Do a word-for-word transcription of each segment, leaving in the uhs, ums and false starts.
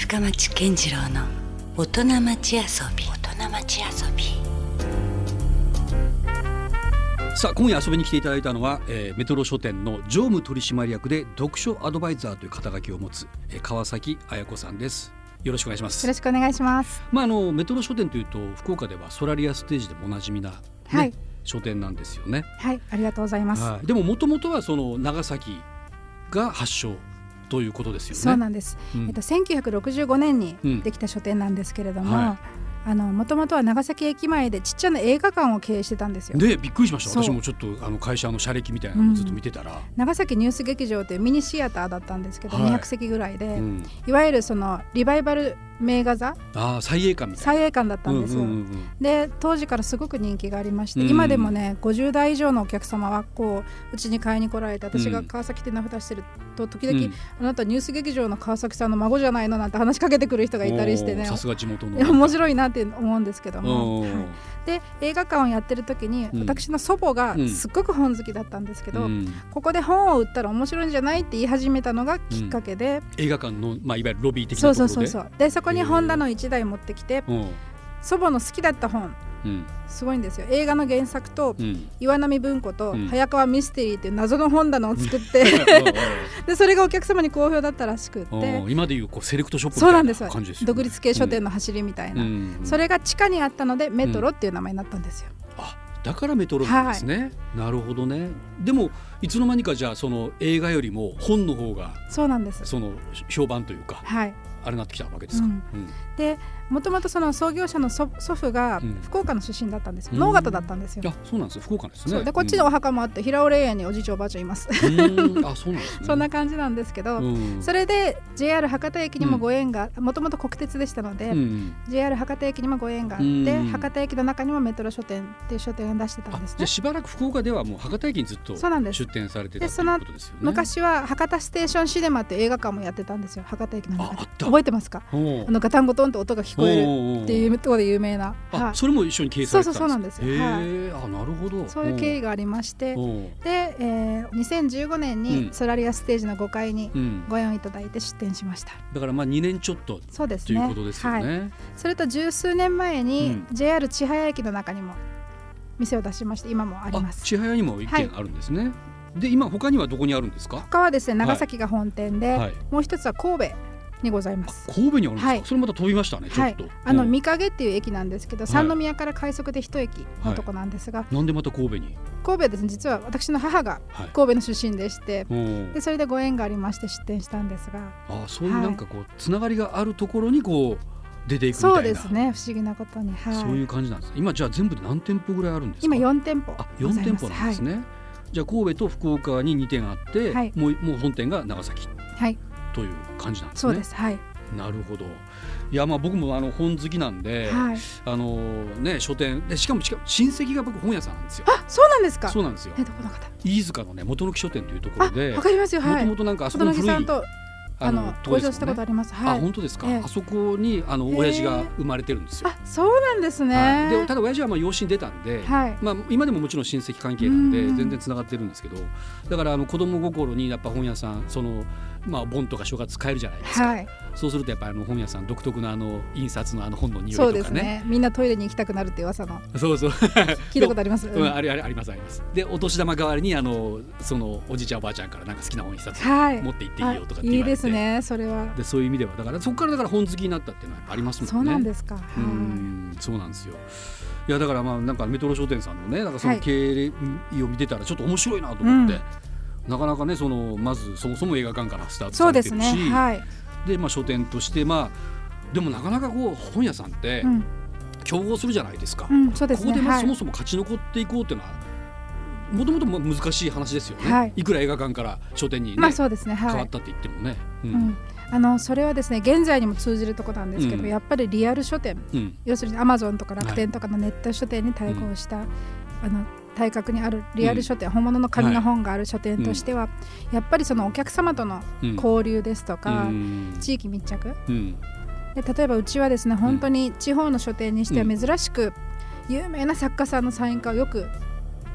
深町健次郎の大人町遊び。大人町遊び。 さあ今夜遊びに来ていただいたのは、えー、メトロ書店の常務取締役で読書アドバイザーという肩書きを持つ、えー、川崎綾子さんです。よろしくお願いします。 よろしくお願いします。 まあ、あのメトロ書店というと福岡ではソラリアステージでもおなじみな、ね、はい、書店なんですよね。 はい、ありがとうございます。 はい、でももともとはその長崎が発祥ということですよね。 そうなんです、うん、えっと、せんきゅうひゃくろくじゅうごねんにできた書店なんですけれども、うん、はい、あのもともとは長崎駅前でちっちゃな映画館を経営してたんですよ。 でびっくりしました。私もちょっとあの会社の社歴みたいなのをずっと見てたら、うん、 長崎ニュース劇場というミニシアターだったんですけど、はい、にひゃくせきぐらいで、うん、いわゆるそのリバイバル名画座、 あ、再映館みたいな再映館だったんですよ、うんうんうんうん、で当時からすごく人気がありまして、うん、今でもねごじゅうだい以上のお客様はこううちに買いに来られて、私が川崎って名札してると時々、うん、あなたニュース劇場の川崎さんの孫じゃないのなんて話しかけてくる人がいたりしてね、 さすが地元の面白いなって思うんですけども、はい、で映画館をやってる時に、うん、私の祖母がすっごく本好きだったんですけど、うん、ここで本を売ったら面白いんじゃないって言い始めたのがきっかけで、うん、 映画館の、まあ、いわゆるロビー的なところで、 そうそうそうそう、でそこに本棚のいちだい持ってきて、祖母の好きだった本、うん、すごいんですよ。映画の原作と、うん、岩波文庫と、うん、早川ミステリーっていう謎の本棚を作ってでそれがお客様に好評だったらしくって、 今でいうこうセレクトショップみたいな感じですよね。そうなんですよ、 独立系書店の走りみたいな、うん、それが地下にあったのでメトロっていう名前になったんですよ、 うん、あ、だからメトロなんですね、はい、なるほどね。でもいつの間にかじゃあその映画よりも本の方がそうなんです、 その評判というか、はい、あれなってきたわけですか、うんうん、 でもともとその創業者の 祖, 祖父が福岡の出身だったんですよ、うん、直方だったんですよ。 あ、そうなんですよ、福岡ですね。 でこっちにお墓もあって、うん、平尾霊園におじいちゃんおばあちゃんいますうんあ、そうなんですね。 そんな感じなんですけど、うん、それで ジェイアール 博多駅にもご縁が、もともと国鉄でしたので、うん、ジェイアール 博多駅にもご縁があって、うん、博多駅の中にもメトロ書店っていう書店を出してたんですね。 じゃあしばらく福岡ではもう博多駅にずっと出店されてたということですよね。 昔は博多ステーションシネマっていう映画館もやってたんですよ、博多駅の中で。覚えてますか？あのガタンゴトンと音が聞こえるっていうところで有名な、 あ、はい、それも一緒に経営されてたんですか？ そうそうそうなんですよ、 へー、はい、あ、なるほど。 そういう経緯がありまして、で、えー、にせんじゅうごねんにソラリアステージのごかいにご縁をいただいて出店しました、うん、 だからまあにねんちょっとそうです、 ね、ということですよね、はい、 それと十数年前に ジェイアール 千早駅の中にも店を出しまして、今もあります。 あ、千早にも一軒あるんですね、はい、で今他にはどこにあるんですか？ 他はですね、長崎が本店で、はい、もう一つは神戸にございます。 神戸にあるんですか、はい、それまた飛びましたね、ちょっと、はい、あの御影っていう駅なんですけど、三宮から快速で一駅のとこなんですが、 はい、なんでまた神戸に？ 神戸はですね、実は私の母が神戸の出身でして、はい、でそれでご縁がありまして出店したんですが、 あ、そういうなんかこう、はい、つながりがあるところにこう出ていくみたいな。 そうですね、不思議なことに、はい、 そういう感じなんです。今じゃあ全部で何店舗ぐらいあるんですか？ 今よんてんぽ。 あ、よんてんぽなんですね、はい、じゃあ神戸と福岡ににてんあって、はい、もう、もう本店が長崎、はい、という感じなんですね。 そうです、はい。 なるほど。いや、まあ僕もあの本好きなんで、はい、あのね、書店で、しかも親戚が僕本屋さんなんですよ。 あ、そうなんですか？ そうなんですよ。 え、どこの方？ 飯塚のね、元木書店というところで、 わかりますよ、はい、 もともとなんかあそこの古いあのご一緒したことあります、はい、 あ、本当ですか、えー、あそこにあの親父が生まれてるんですよ。 あ、そうなんですね、 はい、でただ親父はまあ養子に出たんで、はい、まあ、今でももちろん親戚関係なんで全然つながってるんですけど、だからあの子供心にやっぱ本屋さん、そのまあ盆とか正月買えるじゃないですか、はい、そうするとやっぱりあの本屋さん独特のあの印刷のあの本の匂いとかね。 そうですね、みんなトイレに行きたくなるって噂の。 そうそう聞いたことあります、 うん、あれあれありますあります。でお年玉代わりにあのそのおじいちゃんおばあちゃんからなんか好きな本一冊持って行っていいよとかって言われて、 いいですね、それは。 でそういう意味ではだからそこからだから本好きになったっていうのはありますもんね。 そうなんですか。 うん、そうなんですよ。いやだからまあなんかメトロ書店さんのね、なんかその経営を見てたらちょっと面白いなと思って、はい、うん、なかなかね、そのまずそもそも映画館からスタートされてるし、そうですね、はい、でまあ書店としてまあでもなかなかこう本屋さんって競合するじゃないですか、うん、そうですね、ここでまあそもそも勝ち残っていこうっていうのはもともと難しい話ですよね、はい、いくら映画館から書店に、ね、 まあそうですね、はい、 変わったって言ってもね、うんうん、あのそれはですね現在にも通じるところなんですけど、うん、やっぱりリアル書店、うん、要するにアマゾンとか楽天とかのネット書店に対抗した、はい、あの対角にあるリアル書店、うん、本物の紙の本がある書店としては、はい、やっぱりそのお客様との交流ですとか、うん、地域密着、うん、で例えばうちはですね本当に地方の書店にしては珍しく有名な作家さんのサイン会をよく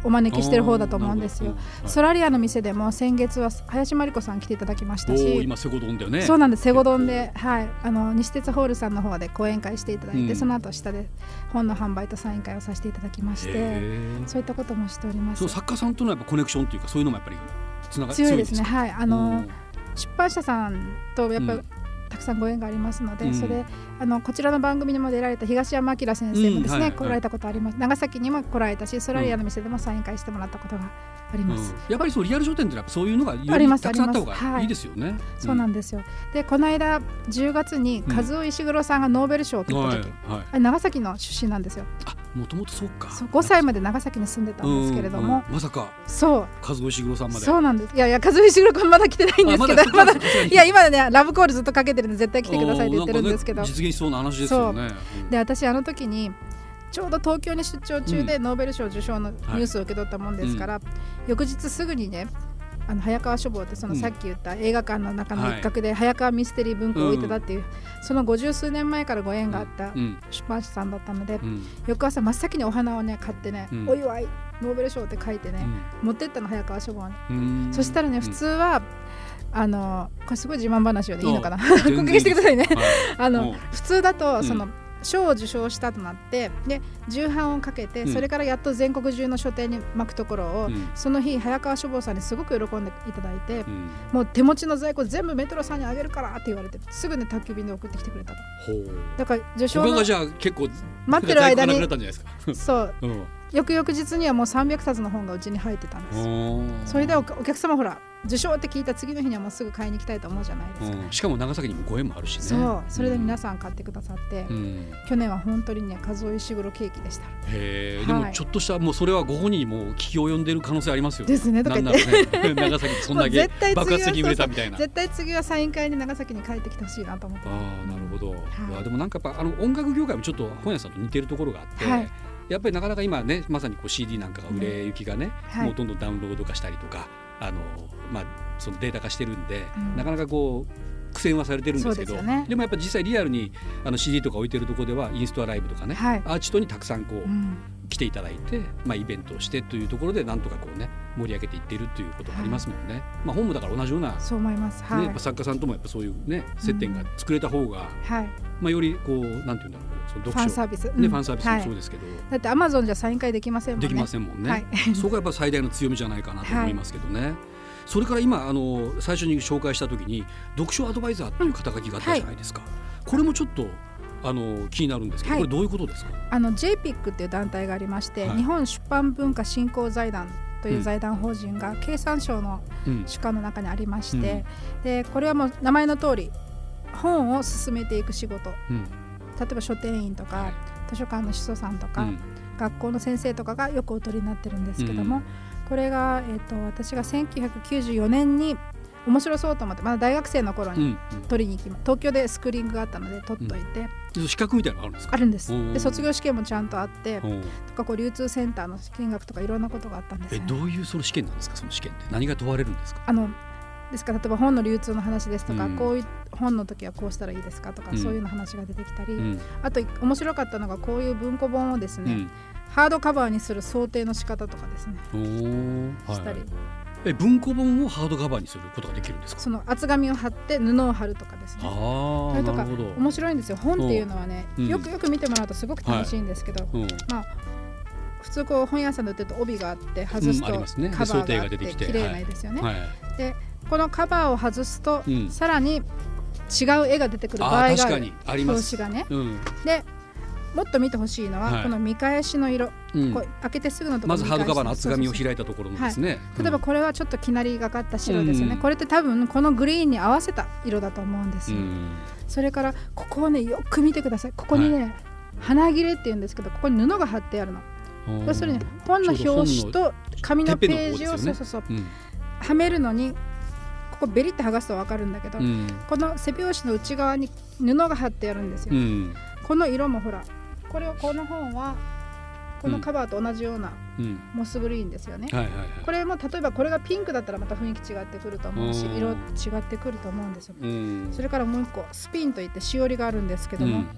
お招きしてる方だと思うんですよ。 はい、 ソラリアの店でも先月は林真理子さん来ていただきましたし、 今セゴドンだよね。 そうなんです、セゴドンで、はい、あの西鉄ホールさんの方で講演会していただいて、うん、その後下で本の販売とサイン会をさせていただきまして、そういったこともしております。 そう、作家さんとのやっぱコネクションというかそういうのもやっぱりつなが強いですね。はい、あの出版社さんとやっぱり、うん、たくさんご縁がありますので、うん、それあのこちらの番組にも出られた東山明先生もですね、うん、はいはい、来られたことあります。長崎にも来られたし、ソラリアの店でもサイン会してもらったことがあります。 うん、やっぱりそうリアル書店ってやっぱそういうのがよりたくさんあった方がいいですよね。はい、 そうなんですよ。でこの間じゅうがつに和尾石黒さんがノーベル賞を取った時、うんはいはい、長崎の出身なんですよ。 あ、もともとそうか。 そう、ごさいまで長崎に住んでたんですけれども、 うんうん、まさかそう和尾石黒さんまで。 そうなんです。いやいや、和尾石黒君まだ来てないんですけど、まだいや今ねラブコールずっとかけてるんで絶対来てくださいって言ってるんですけど、 ね、実現しそうな話ですよね。 うん、で私あの時にちょうど東京に出張中でノーベル賞受賞のニュースを受け取ったもんですから、はい、うん、翌日すぐにね、あの早川書房ってそのさっき言った映画館の中の一角で早川ミステリー文庫を置いてたっていう、はい、そのごじゅうすうねんまえからご縁があった出版社さんだったので、うん、翌朝真っ先にお花をね買ってね、うん、お祝いノーベル賞って書いてね、うん、持ってったの早川書房に、うん、そしたらね普通はあのこれすごい自慢話をでいいのかな、告知してくださいね。あの普通だとその、うん、賞を受賞したとなってで重版をかけて、うん、それからやっと全国中の書店に巻くところを、うん、その日早川書房さんにすごく喜んでいただいて、うん、もう手持ちの在庫全部メトロさんにあげるからって言われてすぐね宅急便で送ってきてくれたと。だから受賞のじゃあ結構待ってる間にそう、 うん、 翌々日にはもうさんびゃくさつの本がうちに入ってたんです。それで お, お客様ほら受賞って聞いた次の日にはもうすぐ買いに行きたいと思うじゃないですか、 うん、しかも長崎にもご縁もあるしね。 そうそれで皆さん買ってくださって、うん、去年は本当にね和尾石黒ケーキでした。 へー、はい、でもちょっとしたもうそれはご本人にも聞き及んでる可能性ありますよね。 ですねとか言って、 ね、長崎そんだけ爆発的に売れたみたいな。 絶対次はサイン会に長崎に帰ってきてほしいなと思って。 ああ、なるほど、はい、いやでもなんかやっぱあの音楽業界もちょっと本屋さんと似てるところがあって、はい、やっぱりなかなか今ねまさにこう シーディー なんかが売れ行きがね、うん、もうどんどんダウンロード化したりとかあの、まあ、そのデータ化してるんで、うん、なかなかこう苦戦はされてるんですけど で,、ね、でもやっぱ実際リアルにあの シーディー とか置いてるところではインストアライブとかね、はい、アーチトにたくさんこう、うん、来ていただいて、まあ、イベントをしてというところでなんとかこうね盛り上げていっているということがありますもんね、はい、まあ、本もだから同じようなそう思います、はい、 ね、やっぱ作家さんともやっぱそういうね接点が作れた方が、うん、はい、まあ、よりこうなんていうんだろうその読書ファンサービス、 ね、うん、ファンサービスもそうですけど、はい、 だってアマゾンじゃサイン会できませんもんね。 できませんもんね、はい、そこがやっぱ最大の強みじゃないかなと思いますけどね、はい、それから今あの最初に紹介した時に読書アドバイザーっていう肩書きがあったじゃないですか、うん、はい、これもちょっとあの気になるんですけど、はい、これどういうことですか？ あの ジェイピーシー っていう団体がありまして、はい、日本出版文化振興財団という財団法人が経産省の主管の中にありまして、うん、でこれはもう名前の通り本を進めていく仕事、うん、例えば書店員とか、はい、図書館の司書さんとか、うん、学校の先生とかがよくお取りになってるんですけども、うん、これが、えーと、私がせんきゅうひゃくきゅうじゅうよねんに面白そうと思ってまだ大学生の頃に取りに行き、うんうん、東京でスクリーニングがあったので取っといて、 うん、資格みたいなのあるんですか？ あるんです。で卒業試験もちゃんとあってとかこう流通センターの見学とかいろんなことがあったんです、ね、 えどういうその試験なんですか？その試験って何が問われるんですか？ あのですから例えば本の流通の話ですとか、うん、こういう本の時はこうしたらいいですかとか、うん、そういうの話が出てきたり、うん、あと面白かったのがこういう文庫本をですね、うん、ハードカバーにする想定の仕方とかですねおしたり、はいはい、 え文庫本をハードカバーにすることができるんですか？ その厚紙を貼って布を貼るとかですね。あそれとか面白いんですよ。本っていうのはね、うん、よくよく見てもらうとすごく楽しいんですけど、はい、うん、まあ普通こう本屋さんで売ってると帯があって外すとカバーがあって綺麗ないですよね、はいはい、でこのカバーを外すと、うん、さらに違う絵が出てくる場合がある。 あります表紙がね、 うん、 でもっと見てほしいのは、はい、この見返しの色、うん、こう開けてすぐのところまずハードカバーの厚紙を開いたところのですね、はい、 例えばこれはちょっときなりがかった白ですよね、うん、これって多分このグリーンに合わせた色だと思うんですよ、うん、それからここをねよく見てください。ここにね、はい、花切れっていうんですけどここに布が貼ってあるの。要するに本の表紙と紙のページを、ね、そうそうそう、うん、はめるのにここベリって剥がすと分かるんだけど、うん、この背表紙の内側に布が貼ってあるんですよ、うん、この色もほらこれをこの本はこのカバーと同じようなモスグリーンですよね、うんはいはいはい、これも例えばこれがピンクだったらまた雰囲気違ってくると思うし色違ってくると思うんですよ、うん、それからもう一個スピンといってしおりがあるんですけども、うん、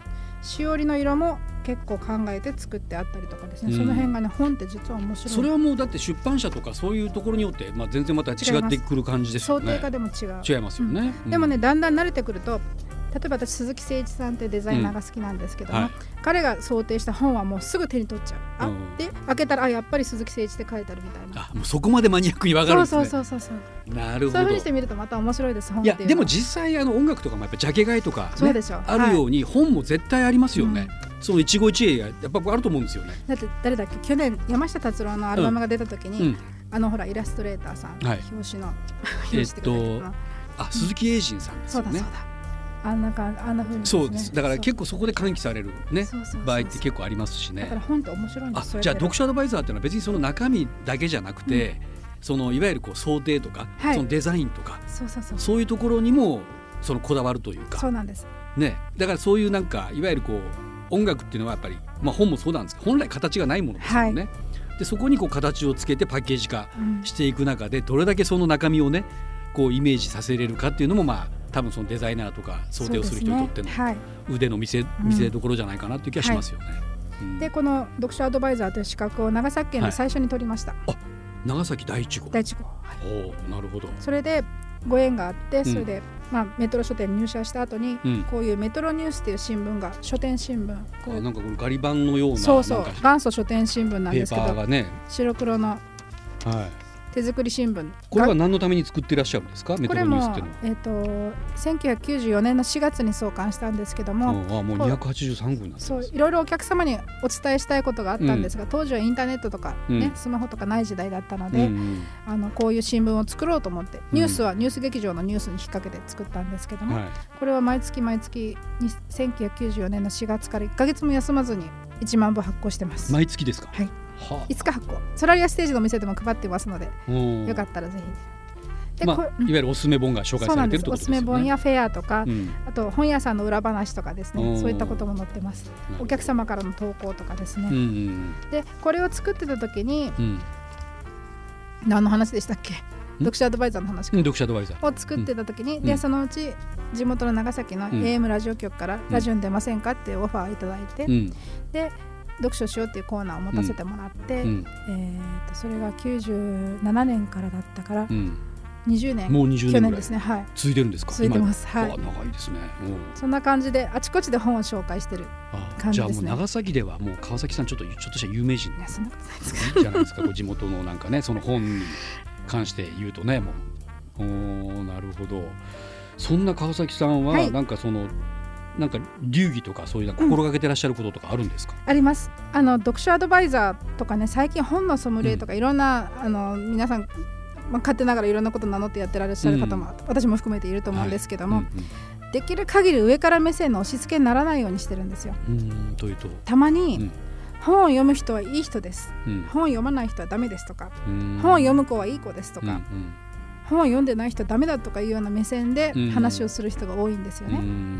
しおりの色も結構考えて作ってあったりとかですね、うん、その辺がね本って実は面白い。 それはもうだって出版社とかそういうところによって、まあ、全然また違ってくる感じですよね。 想定化でも違う違いますよね、 うん、でもねだんだん慣れてくると、例えば私鈴木誠一さんってデザイナーが好きなんですけども、うんはい、彼が想定した本はもうすぐ手に取っちゃう。あ、うん、で開けたらあやっぱり鈴木誠一って書いてあるみたいな。 あもうそこまでマニアックに分かるんですね。 そうそうそうそうなるほど。 そういうふうにしてみるとまた面白いです本っていうのは。 いやでも実際あの音楽とかもやっぱジャケ買いとか、ね、 そうでしょあるように本も絶対ありますよね、うん、その一期一会がやっぱあると思うんですよね。 だって誰だっけ去年山下達郎のアルバムが出た時に、うん、あのほらイラストレーターさん、はい、表紙の表紙ってくれてるかな、 あ鈴木英人さんですよね。 そうだそうだあんなかあんな風にですね。 そうです。だから結構そこで喚起されるね場合って結構ありますしね。 だから本って面白いんです。 あじゃあ読書アドバイザーっていうのは別にその中身だけじゃなくて、うん、そのいわゆるこう想定とか、はい、そのデザインとかそうそうそうそういうところにもそのこだわるというか。 そうなんです。 ねだからそういうなんかいわゆるこう音楽っていうのはやっぱりまあ本もそうなんですけど本来形がないものですよね。はい、でそこにこう形をつけてパッケージ化していく中で、うん、どれだけその中身をねこうイメージさせれるかっていうのもまあ多分そのデザイナーとか想定をする人にとっての腕の見せ、見せどころじゃないかなという気がしますよね。はいうん、でこの読書アドバイザーという資格を長崎県で最初に取りました。はい、 あ長崎第一号。 第一号。 おなるほど。 それでご縁があってそれで、うんまあ、メトロ書店に入社した後に、うん、こういうメトロニュースという新聞が書店新聞こうなんかこのガリ版のようなそうそう元祖書店新聞なんですけどペーパーが、ね、 白黒の、はい手作り新聞。 これは何のために作っていらっしゃるんですか？メトロニュースっていうのは。 これも、えー、とせんきゅうひゃくきゅうじゅうよねんのしがつに創刊したんですけども、 ああもうにひゃくはちじゅうさんぐになってます。 そういろいろお客様にお伝えしたいことがあったんですが、うん、当時はインターネットとか、ねうん、スマホとかない時代だったので、うんうん、あのこういう新聞を作ろうと思ってニュースはニュース劇場のニュースに引っ掛けて作ったんですけども、はい、これは毎月毎月せんきゅうひゃくきゅうじゅうよねんのしがつからいっかげつも休まずにいちまんぶ発行してます。 毎月ですか？ はいはあ、いつか発行ソラリアステージのお店でも配ってますのでよかったらぜひで、 まあ、いわゆるおすすめ本が紹介されているということですよね。 おすすめ本やフェアとか、うん、あと本屋さんの裏話とかですねそういったことも載ってます。お客様からの投稿とかですね、うんうん、でこれを作ってた時に、うん、何の話でしたっけ読書アドバイザーの話か、 うん、読書アドバイザーを作ってた時に、 うん、 でそのうち地元の長崎の エーエム ラジオ局からラジオに出ませんかっていうオファーをいただいて、うん、で読書しようっていうコーナーを持たせてもらって、うん、えー、とそれがきゅうじゅうななねんからだったから、うん、にじゅうねんもうにじゅうねんぐらいですね、はい、 続いてるんですか？ 続いてます、はい、 長いですね。 そんな感じであちこちで本を紹介してる感じですね。 じゃあもう長崎ではもう川崎さんちょっとちょっとした有名人いやそんなことないですかじゃないですかこう地元のなんかねその本に関して言うとねもうおなるほど。そんな川崎さんはなんかその、はいなんか流儀とかそういうの心がけてらっしゃることとかあるんですか？ うん、あります。あの読書アドバイザーとかね最近本のソムリエとかいろんな、うん、あの皆さん、まあ、勝手ながらいろんなことを名乗ってやってらっしゃる方も、うん、私も含めていると思うんですけども、はいうんうん、できる限り上から目線の押し付けにならないようにしてるんですよ。 うんというとたまに、うん、本を読む人はいい人です、うん、本を読まない人はダメですとか、本を読む子はいい子ですとか、うんうん本を読んでない人はダメだとかいうような目線で話をする人が多いんですよね、うん、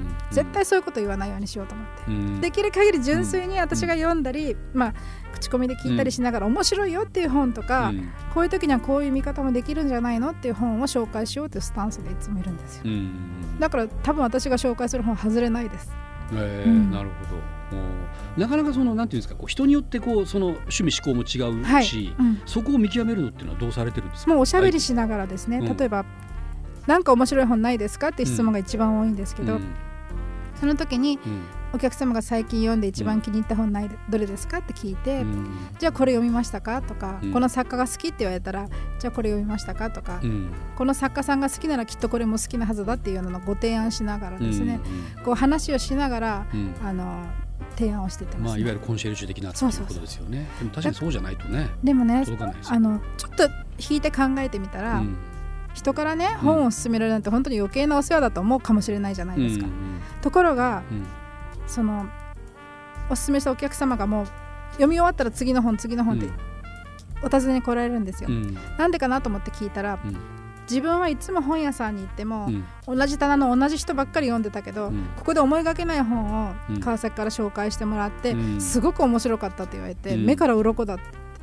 絶対そういうこと言わないようにしようと思って、うん、できる限り純粋に私が読んだり、うんまあ、口コミで聞いたりしながら面白いよっていう本とか、うん、こういう時にはこういう見方もできるんじゃないのっていう本を紹介しようというスタンスでいつもいるんですよ、うん、だから多分私が紹介する本外れないです。 えーうん、なるほど。なかなかそのなんていうんですかこう人によってこうその趣味思考も違うし、はいうん、そこを見極めるのっていうのはどうされてるんですか？ もうおしゃべりしながらですね、はい、例えば、うん、なんか面白い本ないですかって質問が一番多いんですけど、うん、その時に、うん、お客様が最近読んで一番気に入った本ないどれですかって聞いて、うん、じゃあこれ読みましたかとか、うん、この作家が好きって言われたらじゃあこれ読みましたかとか、うん、この作家さんが好きならきっとこれも好きなはずだっていうのをご提案しながらですね、うん、こう話をしながら、うん、あの提案をしていってます、ねまあ、いわゆるコンシェルジュ的なということですよね。でも確かにそうじゃないとねでもね届かないですよ。 あのちょっと引いて考えてみたら、うん、人からね本を勧められるなんて本当に余計なお世話だと思うかもしれないじゃないですか、うんうん、ところが、うん、そのお勧めしたお客様がもう読み終わったら次の本次の本ってお尋ねに来られるんですよ、うん、なんでかなと思って聞いたら、うん自分はいつも本屋さんに行っても、うん、同じ棚の同じ人ばっかり読んでたけど、うん、ここで思いがけない本を川崎から紹介してもらって、うん、すごく面白かったって言われて、うん、目から鱗だって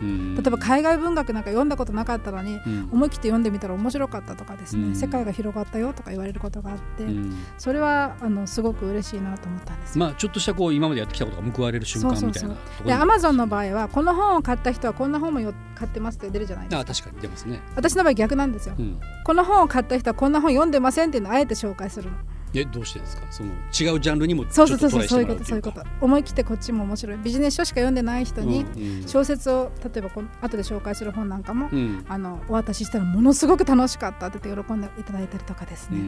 例えば海外文学なんか読んだことなかったのに、うん、思い切って読んでみたら面白かったとかですね、うん、世界が広がったよとか言われることがあって、うん、それはあのすごく嬉しいなと思ったんですよ。 まあ、ちょっとしたこう今までやってきたことが報われる瞬間みたいな。そうそうそう。 で Amazon の場合はこの本を買った人はこんな本もよ買ってますって出るじゃないですか。 あ、確かに出ますね。 私の場合逆なんですよ、うん、この本を買った人はこんな本読んでませんっていうのをあえて紹介するの。 え、どうしてですか？その違うジャンルにもちょっとトライしてもらうというか。そうそうそう、そういうこと、そういうこと。思い切ってこっちも面白いビジネス書しか読んでない人に小説を例えばこの後で紹介する本なんかも、うん、あのお渡ししたらものすごく楽しかったって言って喜んでいただいたりとかですね。うん、うん、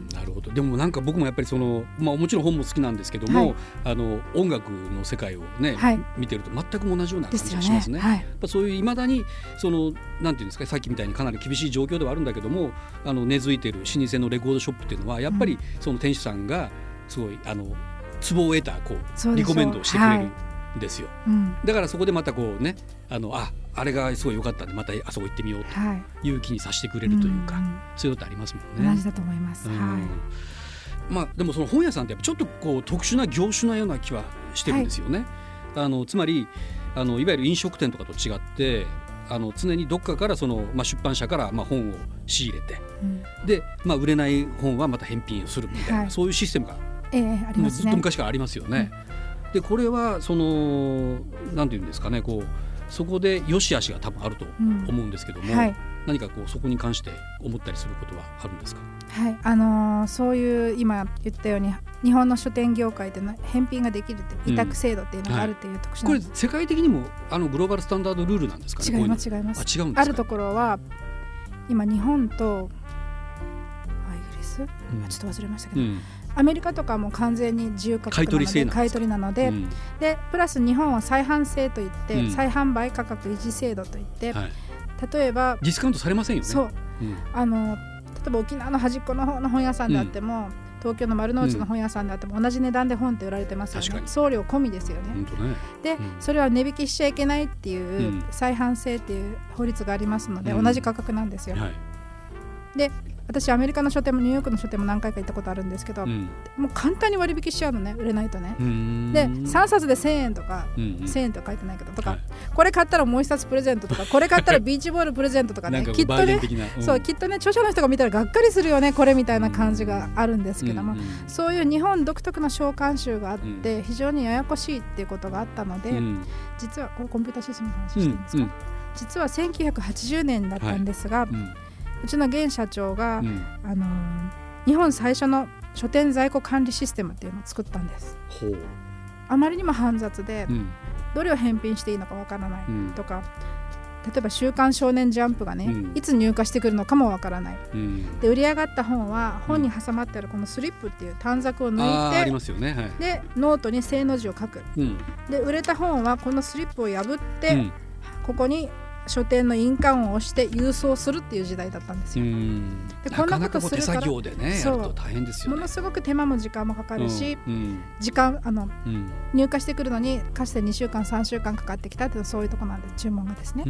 なるほど。でもなんか僕もやっぱりその、まあ、もちろん本も好きなんですけども、はい、あの音楽の世界をね、はい、見てると全く同じような感じがしますね。はい、やっぱそういういまだにそのなんていうんですか、さっきみたいにかなり厳しい状況ではあるんだけども、あの根付いている老舗のレコードショップっていうのはやっぱりその店主さんがすごいあのツボを得たこうリコメンドをしてくれるんですよ、はい、うん、だからそこでまたこうね、あのああれがすごい良かったんでまたあそこ行ってみようという気にさせてくれるというか、はい、うん、そういうことありますもんね。 同じだと思います、うん、はい。 まあ、でもその本屋さんってやっぱちょっとこう特殊な業種なような気はしてるんですよね、はい、あのつまりあのいわゆる飲食店とかと違ってあの常にどっかからその、まあ、出版社からまあ本を仕入れて、うん、で、まあ、売れない本はまた返品をするみたいな、はい、そういうシステムが、 えーありますね、 ずっと昔からありますよね、うん、でこれはそのなんていうんですかね、こうそこで良し悪しが多分あると思うんですけども、うん、はい、何かこうそこに関して思ったりすることはあるんですか？ はい、あのー、そういう今言ったように日本の書店業界で返品ができるって委託制度っていうのがあるっていう特殊な、 うん、はい、これ世界的にもあのグローバルスタンダードルールなんですかね？ 違います、違います。 あ、違うんですか？ あるところは今日本とイギリス、うん、ちょっと忘れましたけど、うん、アメリカとかも完全に自由価格なので買い取りなので、うん、でプラス日本は再販制といって、うん、再販売価格維持制度といって、はい、例えばディスカウントされませんよね。 そう、うん、あの例えば沖縄の端っこの方の本屋さんであっても、うん、東京の丸の内の本屋さんであっても同じ値段で本って売られてますよね、うん、送料込みですよね。 本当ね。 で、うん、それは値引きしちゃいけないっていう再販制っていう法律がありますので、うん、同じ価格なんですよ、はい、で私アメリカの書店もニューヨークの書店も何回か行ったことあるんですけど、うん、もう簡単に割引しちゃうのね、売れないとね。でさんさつでせんえんとか、うんうん、せんえんとか書いてないけどとか、はい、これ買ったらもう一冊プレゼントとかこれ買ったらビーチボールプレゼントとかねきっとね、うん、そうきっとね著者の人が見たらがっかりするよねこれみたいな感じがあるんですけども、うんうん、そういう日本独特の召喚集があって、うん、非常にややこしいっていうことがあったので、うん、実はこれコンピューターシステムの話していいんですか、うんうん、実はせんきゅうひゃくはちじゅうねんだったんですが、はい、うん、うちの現社長が、うん、あのー、日本最初の書店在庫管理システムっていうのを作ったんです。 ほう。 あまりにも煩雑で、うん、どれを返品していいのかわからないとか、うん、例えば週刊少年ジャンプがね、うん、いつ入荷してくるのかもわからない、うん、で売り上がった本は本に挟まってあるこのスリップっていう短冊を抜いて、 あありますよね、はい、 でノートに正の字を書く、うん、で売れた本はこのスリップを破って、うん、ここに書店の印鑑を押して郵送するっていう時代だったんですよ。 でこんなことするからなかなか手作業でねやると大変ですよね。 ものすごく手間も時間もかかるし、うんうん、時間あの、うん、入荷してくるのにかつてにしゅうかんさんしゅうかんかかってきたっていうのはそういうところなんで注文がですね、うん、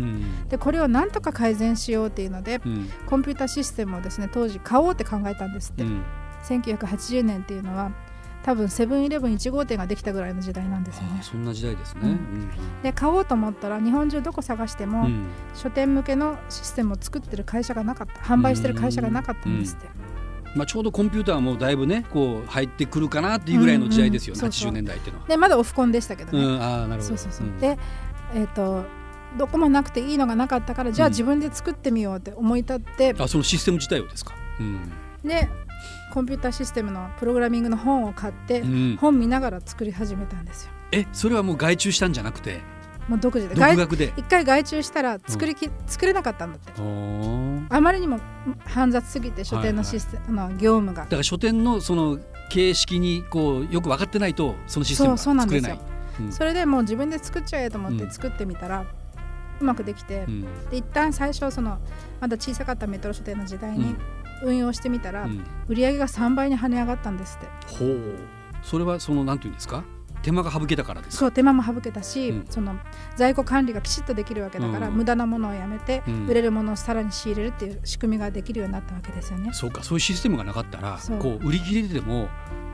でこれをなんとか改善しようっていうので、うん、コンピューターシステムをですね当時買おうって考えたんですって、うん、せんきゅうひゃくはちじゅうねんっていうのは多分セブンイレブンいち号店ができたぐらいの時代なんですよね。 あ、そんな時代ですね、うん、 で買おうと思ったら日本中どこ探しても、うん、書店向けのシステムを作ってる会社がなかった、販売してる会社がなかったんですって、 うん、まあ、ちょうどコンピューターもだいぶねこう入ってくるかなっていうぐらいの時代ですよね、うんうん、そうそうはちじゅうねんだいっていうのは。 でまだオフコンでしたけどね、 うん、あ、なるほど。 そうそうそう、うん、で、えーとどこもなくていいのがなかったからじゃあ自分で作ってみようって思い立って、 うん、あ、そのシステム自体をですか、うん、 でコンピューターシステムのプログラミングの本を買って、うん、本見ながら作り始めたんですよ。 え、それはもう外注したんじゃなくてもう独自で独学で一回外注したら作りき、うん、作れなかったんだって。あまりにも煩雑すぎて書店のシステム、はいはい、の業務がだから書店のその形式にこうよく分かってないとそのシステムが作れない。そう、そうなんですよ、うん、それでもう自分で作っちゃえと思って作ってみたら、うん、うまくできて、うん、で一旦最初そのまだ小さかったメトロ書店の時代に、うん運用してみたら、うん、売り上げがさんばいに跳ね上がったんですって。 ほう。それはそのなんていうんですか、手間が省けたからですか。 そう、手間も省けたし、うん、その在庫管理がきちっとできるわけだから、うん、無駄なものをやめて、うん、売れるものをさらに仕入れるっていう仕組みができるようになったわけですよね。 そうか、そういうシステムがなかったらこう売り切れても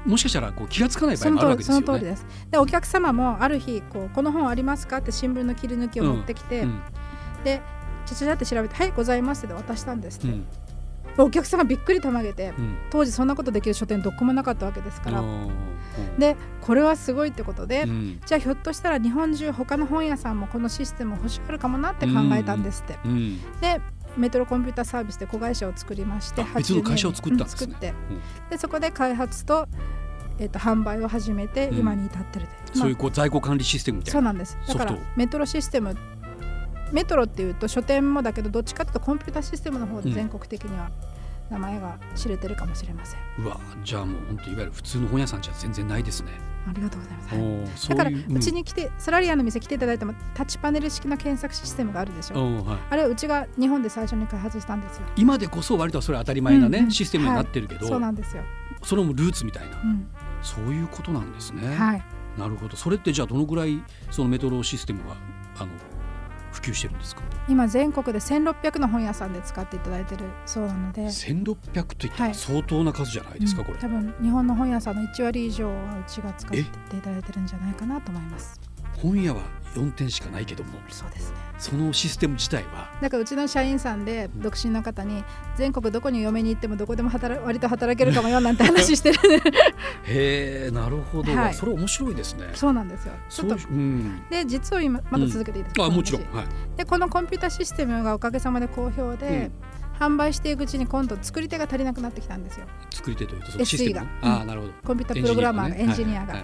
もしかしたらこう気がつかない場合もあるわけですよね。 その通りです。でお客様もある日こうこの本ありますかって新聞の切り抜きを持ってきて、うんうん、でちゃちゃちゃって調べてはいございますって渡したんですって、うんお客さんがびっくりたまげて、うん、当時そんなことできる書店どこもなかったわけですから、でこれはすごいってことで、うん、じゃあひょっとしたら日本中他の本屋さんもこのシステム欲しがるかもなって考えたんですって、うんうん、でメトロコンピュータサービスで子会社を作りまして別の会社を作ったんですね、 作って、うん、でそこで開発と、えー、と販売を始めて今に至ってるで、 うんまあ、そういうこう在庫管理システムみたいな。 そうなんです。だからメトロシステムメトロっていうと書店もだけどどっちかというとコンピューターシステムの方で全国的には名前が知れてるかもしれません、 うん、うわじゃあもう本当いわゆる普通の本屋さんじゃ全然ないですね。 ありがとうございます、はい、だからうちに来て、うん、ソラリアの店来ていただいてもタッチパネル式の検索システムがあるでしょ、はい、あれはうちが日本で最初に開発したんですよ。 今でこそ割とそれは当たり前な、ねうんうん、システムになってるけど、 はい、そうなんですよ。 それもルーツみたいな、 うん、 そういうことなんですね、 はい、 なるほど。それってじゃあどのぐらいそのメトロシステムがあの普及してるんですか？ 今全国でせんろっぴゃくの本屋さんで使っていただいてるそうなので、 せんろっぴゃくといったら相当な数じゃないですか、はい、これ、 うん、多分日本の本屋さんのいちわり以上はうちが使っていただいてるんじゃないかなと思います。 本屋はよんてんしかないけども、 そうですね、 そのシステム自体はだからうちの社員さんで独身の方に全国どこに嫁に行ってもどこでも働割と働けるかもよなんて話してるへーなるほど、はい、それ面白いですね。 そうなんですよ。ちょっと、うん、で実を今まだ続けていいですか？ うん、あもちろん、はい、 でこのコンピュータシステムがおかげさまで好評で、うん、販売していくうちに今度作り手が足りなくなってきたんですよ。 作り手というとそのシステムが、あ、なるほど、 コンピュータプログラマーのエンジニアが、 はいはい、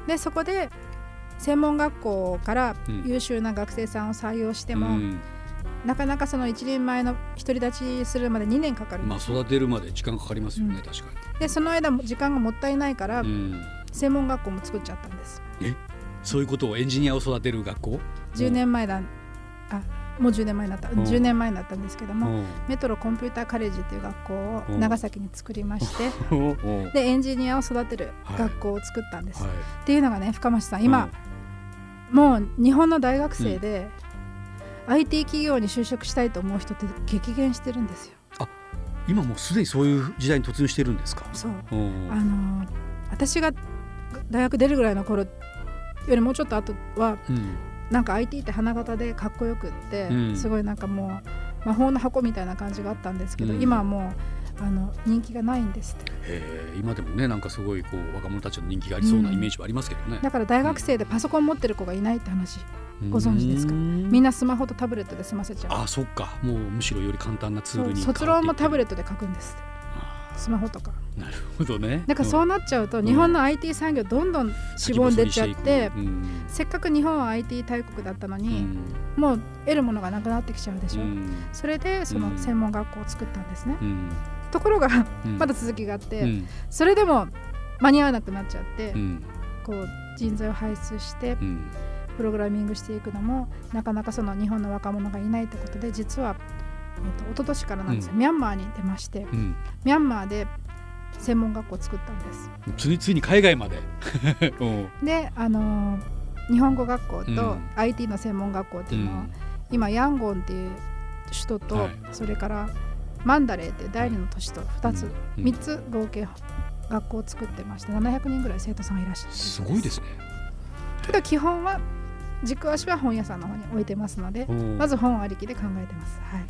でそこで専門学校から優秀な学生さんを採用しても、うん、なかなかその一人前の独り立ちするまでにねんかかるんです。 まあ、育てるまで時間かかりますよね、うん、確かに。 でその間時間がもったいないから、うん、専門学校も作っちゃったんです。 えそういうことをエンジニアを育てる学校じゅうねんまえだあもうじゅうねんまえになったじゅうねんまえになったんですけども、メトロコンピューターカレッジという学校を長崎に作りましてでエンジニアを育てる学校を作ったんです、はいはい、っていうのがね深町さん今もう日本の大学生で、うん、アイティー 企業に就職したいと思う人って激減してるんですよ。 あ今もうすでにそういう時代に突入してるんですか？ そう、あの私が大学出るぐらいの頃よりもうちょっと後は、うん、なんか アイティー って花形でかっこよくって、うん、すごいなんかもう魔法の箱みたいな感じがあったんですけど、うん、今はもうあの人気がないんですって。 へ今でもねなんかすごいこう若者たちの人気がありそうなイメージはありますけどね、うん、 だから大学生でパソコン持ってる子がいないって話、うん、ご存知ですか？みんなスマホとタブレットで済ませちゃう。 あそっかもうむしろより簡単なツールに変わっていって卒論もタブレットで書くんですってスマホとか。 なるほどね。 だからそうなっちゃうと、うん、日本の アイティー 産業どんどんしぼんでっちゃって、うん、せっかく日本は アイティー 大国だったのに、うん、もう得るものがなくなってきちゃうでしょ、うん、それでその専門学校を作ったんですね、うん、ところがまだ続きがあって、うん、それでも間に合わなくなっちゃって、うん、こう人材を輩出して、うん、プログラミングしていくのもなかなかその日本の若者がいないということで実はえー、と一昨年からなんですよ、うん、ミャンマーに出まして、うん、ミャンマーで専門学校を作ったんです。 ついついに海外までで、あのー、日本語学校と アイティー の専門学校っていうのは、うん、今ヤンゴンっていう首都と、はい、それからマンダレーっていう第二の都市とふたつ、うん、みっつ合計学校を作ってましてななひゃくにんぐらい生徒さんがいらっしゃる。 すごいですね。 ただ基本は軸足は本屋さんの方に置いてますのでまず本ありきで考えてます、はい、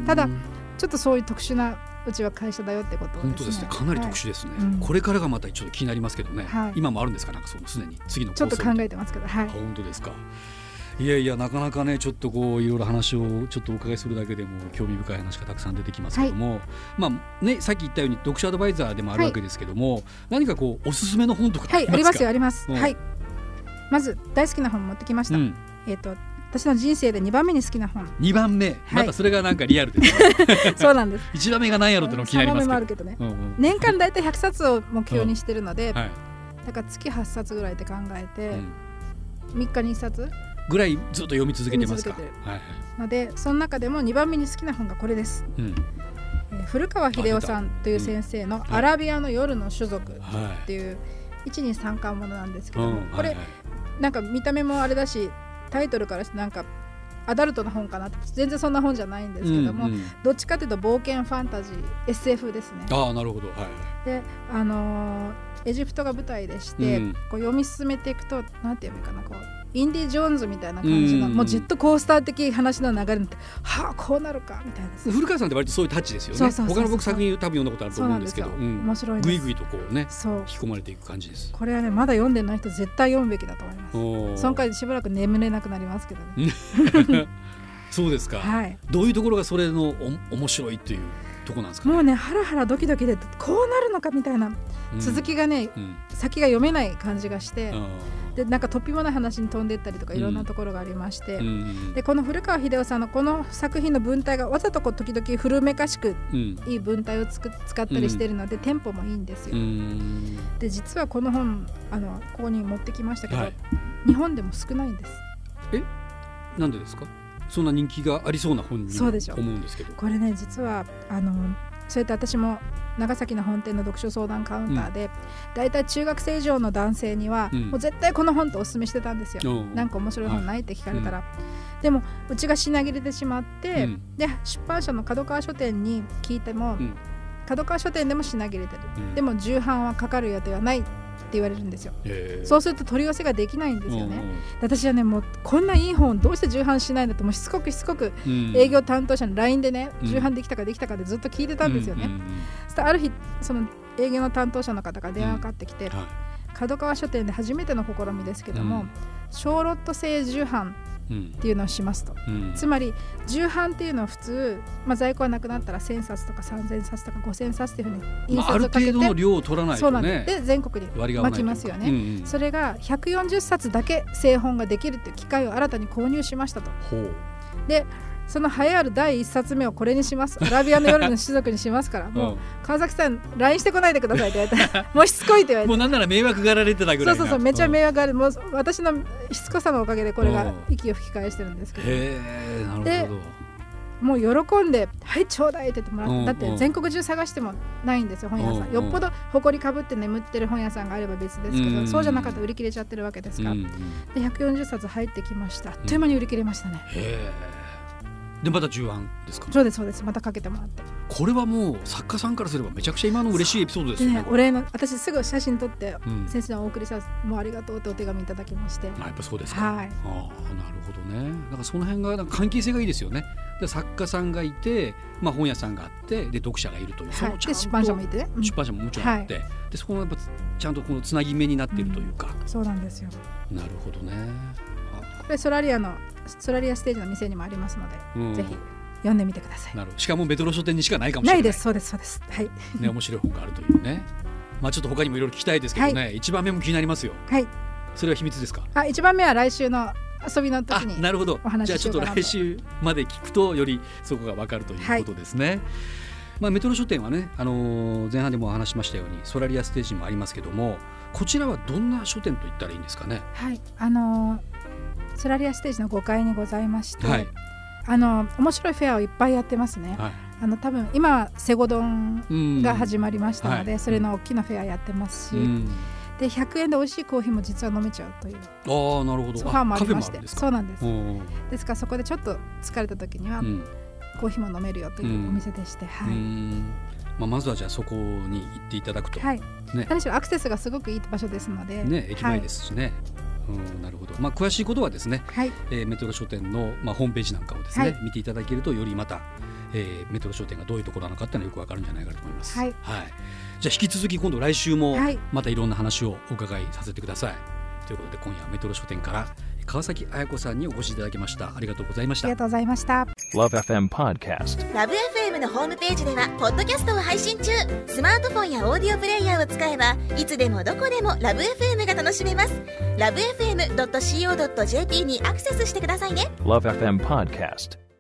ただちょっとそういう特殊なうちは会社だよってことをですね。 本当ですね、かなり特殊ですね、はい、これからがまたちょっと気になりますけどね、はい、今もあるんですか？なんかそのすでに次の構想ちょっと考えてますけど、はい、 本当ですか。いやいやなかなかねちょっとこういろいろ話をちょっとお伺いするだけでも興味深い話がたくさん出てきますけども、はい、まあねさっき言ったように読書アドバイザーでもあるわけですけども、はい、何かこうおすすめの本とかありますか？ はい、ありますよあります、はい、まず大好きな本持ってきました、うんえー、と私の人生でにばんめに好きな本。 にばんめ、はい、またそれがなんかリアルです、 ね、そうなんです。 いちばんめが何やろっての気になりますけど、 さんばんめもあるけどね、うんうん、年間だいたいひゃくさつを目標にしてるので、うんはい、だから月はっさつぐらいで考えて、うん、みっかにいっさつぐらいずっと読み続けてますか？ 読み続けてる、はいはい、のでその中でもにばんめに好きな本がこれです、うんえー、古川英夫さんという先生のアラビアの夜の種族っていういちにさんかんものなんですけども、うん、これ、はいはい、なんか見た目もあれだしタイトルからしてなんかアダルトな本かなって全然そんな本じゃないんですけども、うんうん、どっちかというと冒険ファンタジー エスエフ ですね。 ああなるほど、はい、 であのー、 エジプトが舞台でして、うん、こう読み進めていくとなんていうのかなこうインディ・ジョーンズみたいな感じの、うん、もうジェットコースター的話の流れになってはあこうなるかみたいな。 古川さんって割とそういうタッチですよね。そうそうそうそう他の僕作品多分読んだことあると思うんですけど、 うん、面白いです。 ぐいぐいとこうね引き込まれていく感じです。 これはねまだ読んでない人絶対読むべきだと思います。その回でしばらく眠れなくなりますけどねそうですか、 はい、 どういうところがそれのお面白いっていうところなんですかね。 もうねハラハラドキドキでこうなるのかみたいな、うん、続きがね、うん、先が読めない感じがして、うん、でなんか突飛もない話に飛んでいったりとかいろんなところがありまして、うん、でこの古川英夫さんのこの作品の文体がわざとこう時々古めかしくいい文体をつく使ったりしているので、うん、テンポもいいんですよ、うん、で実はこの本あのここに持ってきましたけど、はい、日本でも少ないんです。 えなんでですか。そんな人気がありそうな本に思うんですけど。 これね実はあのそうやって私も長崎の本店の読書相談カウンターで、うん、だいたい中学生以上の男性には、うん、もう絶対この本とお勧めしてたんですよ、うん、なんか面白い本ないって聞かれたら、はい、でもうちが品切れてしまって、うん、で出版社の角川書店に聞いても、うん、角川書店でも品切れてる、うん、でも重版はかかる予定はないって言われるんですよ。そうすると取り寄せができないんですよね。私はねもうこんないい本どうして重版しないんだともうしつこくしつこく営業担当者の ライン でね、うん、重版できたかできたかでずっと聞いてたんですよね、うんうんうん、そしてある日その営業の担当者の方が電話かかってきて、うんはい、角川書店で初めての試みですけども、うん、小ロット製重版っていうのをしますと、うん、つまり重版っていうのは普通、まあ、在庫がなくなったらせんさつとかさんぜんさつとかごせんさつっていうふうに印刷をかけて、まあ、ある程度の量を取らないとね。そうなんです。で全国に巻きますよね、うんうん、それがひゃくよんじゅっさつだけ製本ができるっていう機械を新たに購入しましたと。ほうでその栄えあるだいいっさつめをこれにしますアラビアの夜の種族にしますからもう川崎さん ライン してこないでくださいって言われたもうしつこいって言われてもうなんなら迷惑がられてたぐらいな。 そうそうそうめっちゃ迷惑がられてもう私のしつこさのおかげでこれが息を吹き返してるんですけど。 へーなるほど。でもう喜んではいちょうだいって言ってもらってだって全国中探してもないんですよ本屋さん。よっぽど埃かぶって眠ってる本屋さんがあれば別ですけどそうじゃなかったら売り切れちゃってるわけですからでひゃくよんじゅっさつ入ってきました。あっという間に売り切れましたね。 へーでまた重版ですか。 そうですそうですまたかけてもらってこれはもう作家さんからすればめちゃくちゃ今の嬉しいエピソードですよ ね, ねお礼の私すぐ写真撮って、うん、先生にお送りしたもうありがとうってお手紙いただきまして。 あやっぱそうですか、 はい、 あなるほどね。だからその辺がなんか関係性がいいですよね。で作家さんがいて、まあ、本屋さんがあってで読者がいるという、はい、そのちゃんと出版社もいてね、 うん、出版社ももちろんあって、はい、でそこがやっぱちゃんとこのつなぎ目になっているというか、 うん、そうなんですよ。 なるほどね。 これソラリアのソラリアステージの店にもありますので、うん、ぜひ読んでみてください。 なるほど。しかもメトロ書店にしかないかもしれない。 ないです。そうですそうです。はい。 ね面白い本があるというね。まあちょっと他にもいろいろ聞きたいですけどね。はい、一番目も気になりますよ。はい。それは秘密ですか。 あ一番目は来週の遊びの時にお話ししようかなと。 なるほど。じゃあちょっと来週まで聞くとよりそこが分かるということですね。はい、まあメトロ書店はね、あのー、前半でもお話しましたようにソラリアステージもありますけども、こちらはどんな書店と言ったらいいんですかね。 はい。あのー、ソラリアステージのごかいにございまして。はい。あの面白いフェアをいっぱいやってますね、はい、あの多分今はセゴドンが始まりましたので、うんはい、それの大きなフェアやってますし、うん、でひゃくえんで美味しいコーヒーも実は飲めちゃうというああなるほどソファーもありましてそうなんです。ですからそこでちょっと疲れた時には、うん、コーヒーも飲めるよというお店でして、うんはいうんまあ、まずはじゃあそこに行っていただくと、 はいね、何しろアクセスがすごくいい場所ですので、 ね、駅前ですしね、はいうん、なるほど、まあ、詳しいことはですね、はいえー、メトロ書店の、まあ、ホームページなんかをですね、はい、見ていただけるとよりまた、えー、メトロ書店がどういうところなのかっていうのはよくわかるんじゃないかと思います、はいはい、じゃあ引き続き今度来週もまたいろんな話をお伺いさせてください、はい、ということで今夜はメトロ書店から川崎彩子さんにお越しいただきました。ありがとうございました。 ありがとうございました。 LoveFM Podcast ラブエフエム のホームページではポッドキャストを配信中。スマートフォンやオーディオプレイヤーを使えばいつでもどこでもラブ エフエム が楽しめます。 ラブエフエムドットシーオードットジェーピー にアクセスしてくださいね。 LoveFM Podcast